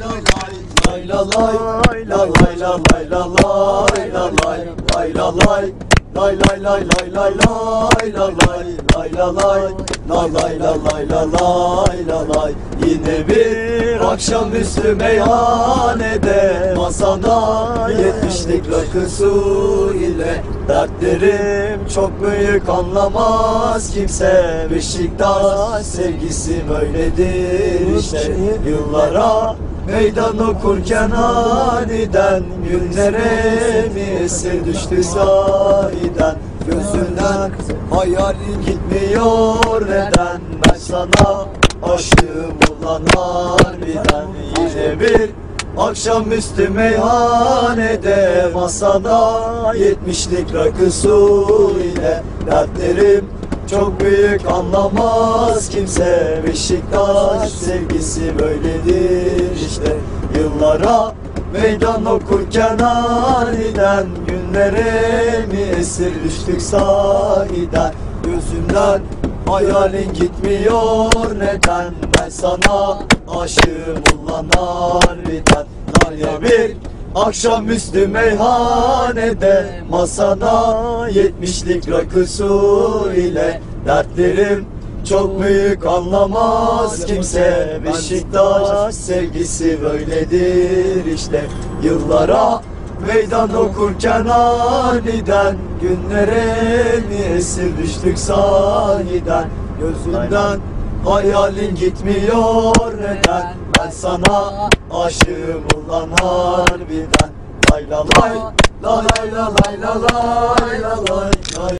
Lay la lay, la lay la lay la lay la lay, lay la lay, lay lay lay lay lay lay la lay, lay la lay, la lay la lay la lay la lay. Yine bir akşamüstü meyhanede masada 70'lik rakı su ile dertlerim çok büyük anlamaz kimse. Beşiktaş sevgisi böyledir işte. Yıllara meydan okurken aniden günlere mi esir düştü sahiden. Gözünden hayalin gitmiyor neden? Ben sana aşığım ulan harbiden. Yine bir akşamüstü meyhanede masada 70'lik rakı su ile dertlerim çok büyük anlamaz kimse. Beşiktaş sevgisi böyledir işte. Yıllara meydan okurken aniden günlere mi esir düştük sahiden. Gözümden hayalin gitmiyor neden? Ben sana aşığım ulan harbiden. Lale bir akşamüstü meyhanede masada 70'lik rakı su ile dertlerim çok büyük anlamaz kimse. Beşiktaş sevgisi böyledir işte. Yıllara meydan okurken aniden günlere mi esir düştük sahiden. Gözünden hayalin gitmiyor neden? Ben sana aşığım ulan harbiden. Lay la lay, la lay la lay la lay la lay.